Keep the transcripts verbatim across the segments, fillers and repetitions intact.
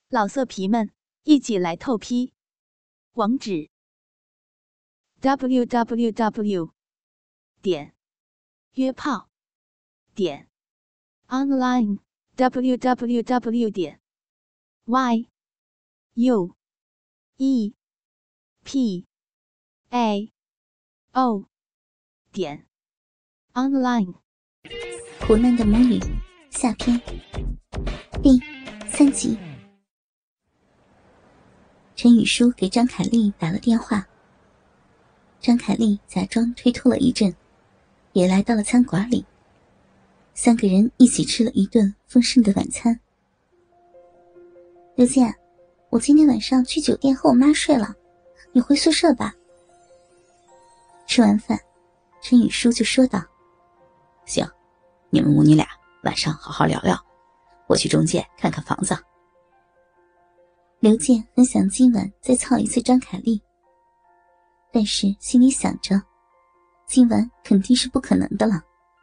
老色皮们，一起来透批！网址 ：double u double u double u 点约炮点 online w w w 点 y u e p a o 点 online。 苦难的母女下篇第三集。陈雨舒给张凯丽打了电话，张凯丽假装推脱了一阵，也来到了餐馆里。三个人一起吃了一顿丰盛的晚餐。刘健，我今天晚上去酒店和我妈睡了，你回宿舍吧。吃完饭，陈雨舒就说道： 行，你们母女俩晚上好好聊聊，我去中介看看房子。 刘健很想今晚再操一次张凯丽，但是心里想着今晚肯定是不可能的了。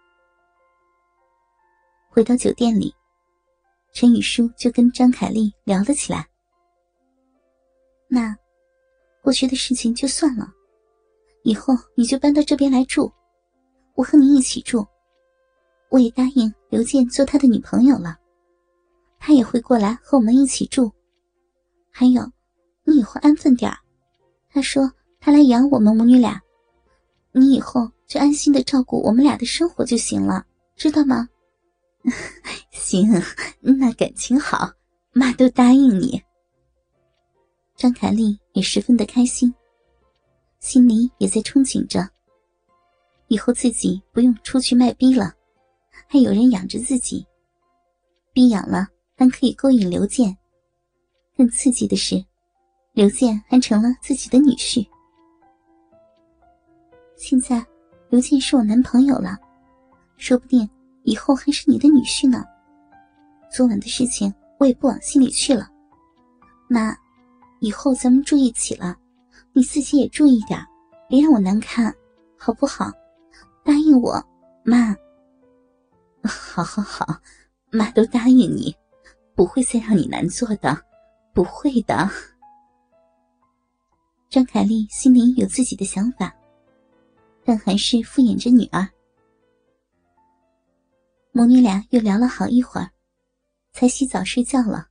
回到酒店里，陈雨舒就跟张凯丽聊了起来。妈，过去的事情就算了，以后你就搬到这边来住，我和你一起住。我也答应刘健做他的女朋友了，他也会过来和我们一起住。还有，你以后安分点儿，他说他来养我们母女俩，你以后就安心的照顾我们俩的生活就行了，知道吗？ 行，那感情好，妈都答应你。 张凯丽也十分的开心，心里也在憧憬着，以后自己不用出去卖逼了，还有人养着自己，逼养了还可以勾引刘健。更刺激的是，刘健还成了自己的女婿。现在刘健是我男朋友了，说不定以后还是你的女婿呢。昨晚的事情我也不往心里去了，妈，以后咱们住一起了，你自己也注意点，别让我难堪，好不好？答应我，妈。 好好好，妈都答应你，不会再让你难做的，不会的。 张凯丽心里有自己的想法，但还是敷衍着女儿。母女俩又聊了好一会儿，才洗澡睡觉了。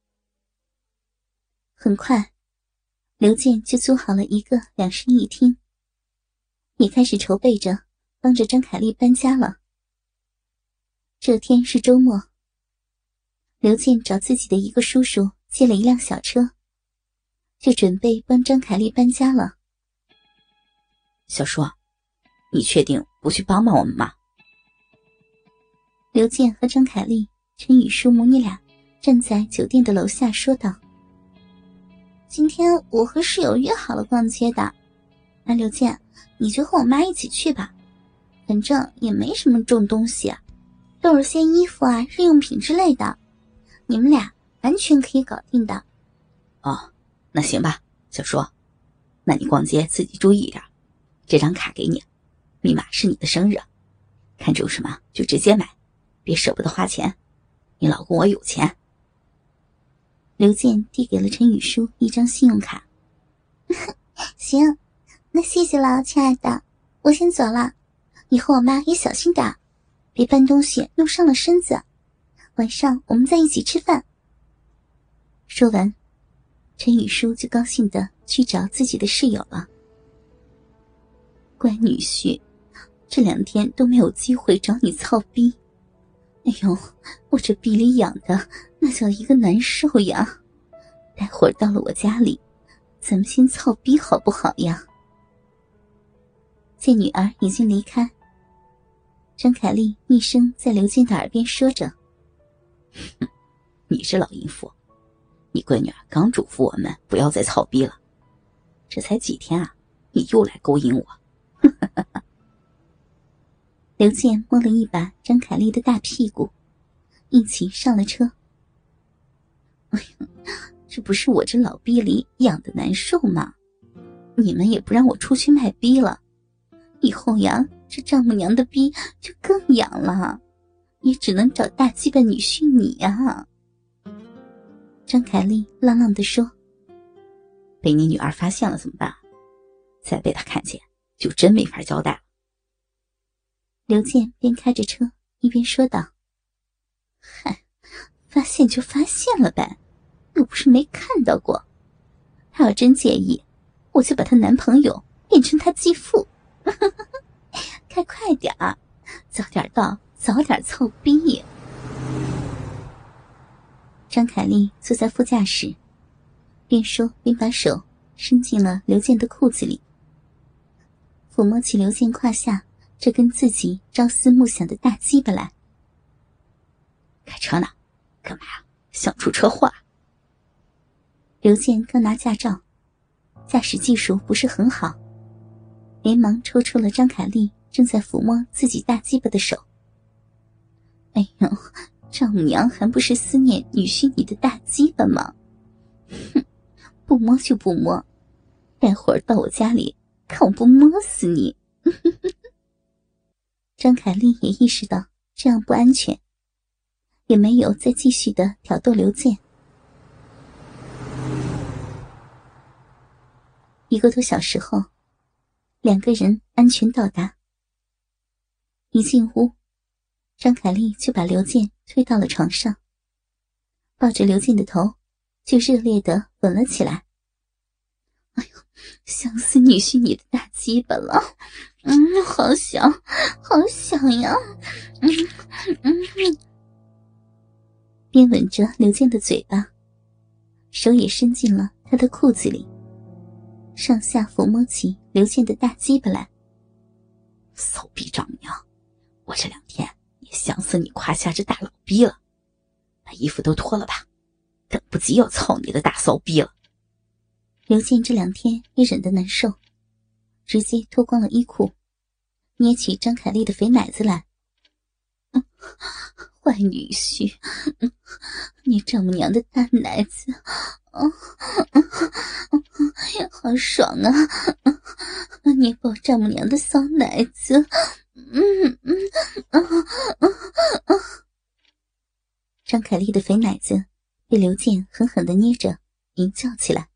很快，刘健就租好了一个两室一厅，也开始筹备着帮着张凯丽搬家了。这天是周末，刘健找自己的一个叔叔借了一辆小车，就准备帮张凯丽搬家了。 小叔，你确定不去帮帮我们吗？ 刘健和张凯丽、陈雨舒母女俩站在酒店的楼下说道：今天我和室友约好了逛街的，那刘健，你就和我妈一起去吧，反正也没什么重东西，都是些衣服啊、日用品之类的，你们俩完全可以搞定的。 哦，那行吧，小叔，那你逛街自己注意一点，这张卡给你，密码是你的生日，看中什么就直接买，别舍不得花钱，你老公我有钱。 刘健递给了陈雨舒一张信用卡。行，那谢谢了，亲爱的，我先走了，以后我妈也小心点，别搬东西弄伤了身子，晚上我们再一起吃饭。说完，陈雨舒就高兴地去找自己的室友了。 乖女婿，这两天都没有机会找你操逼，哎呦，我这逼里痒的那叫一个难受呀，待会儿到了我家里，咱们先操逼好不好呀？ 见女儿已经离开，张凯丽厉声在刘健的耳边说着： 哼，你这老淫妇，你闺女儿刚嘱咐我们不要再操逼了，这才几天啊，你又来勾引我。 刘健摸了一把张凯丽的大屁股，一起上了车。 哎呀，这不是我这老逼里痒的难受吗？你们也不让我出去卖逼了，以后呀，这丈母娘的逼就更痒了，也只能找大鸡巴女婿你呀。 张凯丽浪浪地说： 被你女儿发现了怎么办？再被她看见就真没法交代了。 刘健边开着车一边说道：嗨，发现就发现了呗，又不是没看到过。她要真介意，我就把她男朋友变成她继父。开快点儿，早点到，早点操逼。张凯丽坐在副驾驶，边说边把手伸进了刘健的裤子里，抚摸起刘健胯下这根自己朝思暮想的大鸡巴来。 开车呢？干嘛呀？想出车祸？ 刘健刚拿驾照，驾驶技术不是很好，连忙抽出了张凯丽正在抚摸自己大鸡巴的手。哎呦，丈母娘还不是思念女婿你的大鸡巴吗？哼，不摸就不摸，待会儿到我家里看我不摸死你。张凯丽也意识到这样不安全，也没有再继续的挑逗刘健。一个多小时后，两个人安全到达。一进屋，张凯丽就把刘健推到了床上，抱着刘健的头就热烈地吻了起来。哎呦，想死女婿你的大鸡巴了，嗯，好想好想呀，嗯嗯，边吻着刘健的嘴巴，手也伸进了他的裤子里，上下抚摸起刘健的大鸡巴来。 骚逼丈母娘，我这两天也想死你胯下这大老逼了，把衣服都脱了吧，等不及要操你的大骚逼了。 刘健这两天也忍得难受，直接脱光了衣裤，捏起张凯丽的肥奶子来。嗯，坏女婿，嗯，你丈母娘的大奶子，哦，嗯嗯嗯，好爽啊！嗯，捏爆丈母娘的骚奶子，嗯嗯嗯嗯嗯。张凯丽的肥奶子被刘健狠狠地捏着，淫叫起来。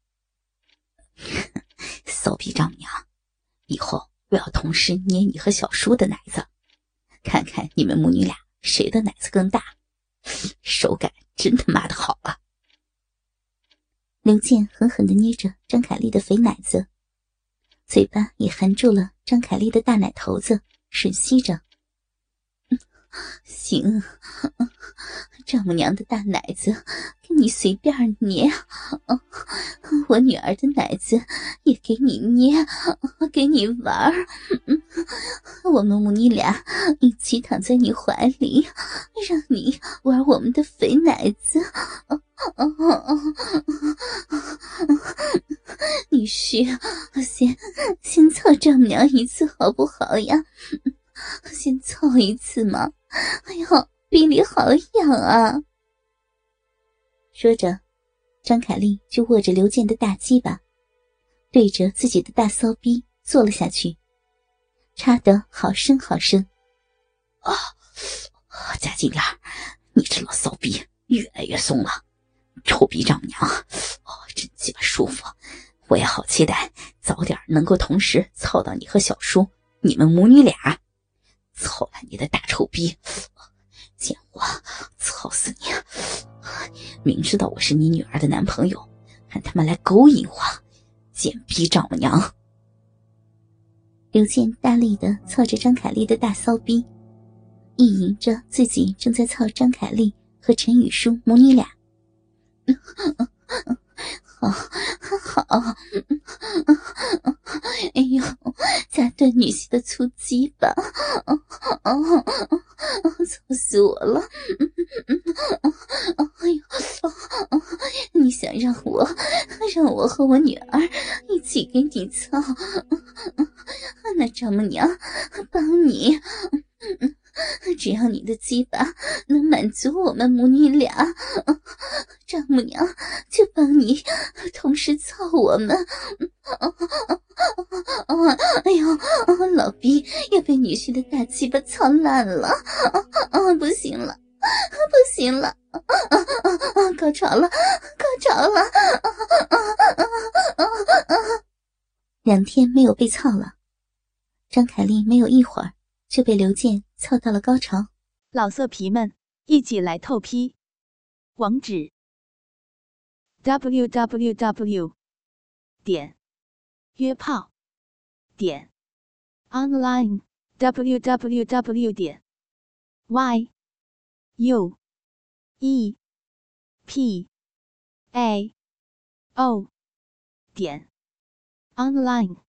骚逼丈母娘，以后我要同时捏你和小叔的奶子，看看你们母女俩谁的奶子更大，手感真他妈的好啊！ 刘健狠狠地捏着张凯丽的肥奶子，嘴巴也含住了张凯丽的大奶头子，吮吸着。嗯，行，嗯，丈母娘的大奶子给你随便捏，嗯，我女儿的奶子也给你捏，给你玩，嗯，我们母女俩一起躺在你怀里，让你玩我们的肥奶子。嗯嗯嗯嗯，女婿，先先操丈母娘一次好不好呀？先操一次嘛！哎呦，逼里好痒啊！说着，张凯丽就握着刘健的大鸡巴，对着自己的大骚逼坐了下去，插得好深好深。 啊，贾金莲，你这老骚逼越来越松了，臭逼丈母娘，哦，真鸡巴舒服！我也好期待早点能够同时操到你和小叔，你们母女俩。操了你的大臭逼，贱货，操死你！明知道我是你女儿的男朋友，还他妈来勾引我，贱逼丈母娘！ 刘健大力地操着张凯丽的大骚逼，意淫着自己正在操张凯丽和陈雨舒母女俩。好好，哎呦，夹断女婿的粗鸡巴，哦哦哦，操死我了！哎呦，你想让我让我和我女儿一起给你操？那丈母娘帮你。只要你的鸡巴能满足我们母女俩，丈母娘就帮你同时操我们。哎呦，老逼要被女婿的大鸡巴操烂了，不行了， 不行了，啊啊啊！高潮了，高潮了！啊啊啊啊！两天没有被操了，张凯丽没有一会儿就被刘健操到了高潮。 老色皮们，一起来透批！网址 ：double-u double-u double-u 点约炮点 online double-u double-u double-u 点 y u e p a o 点 online。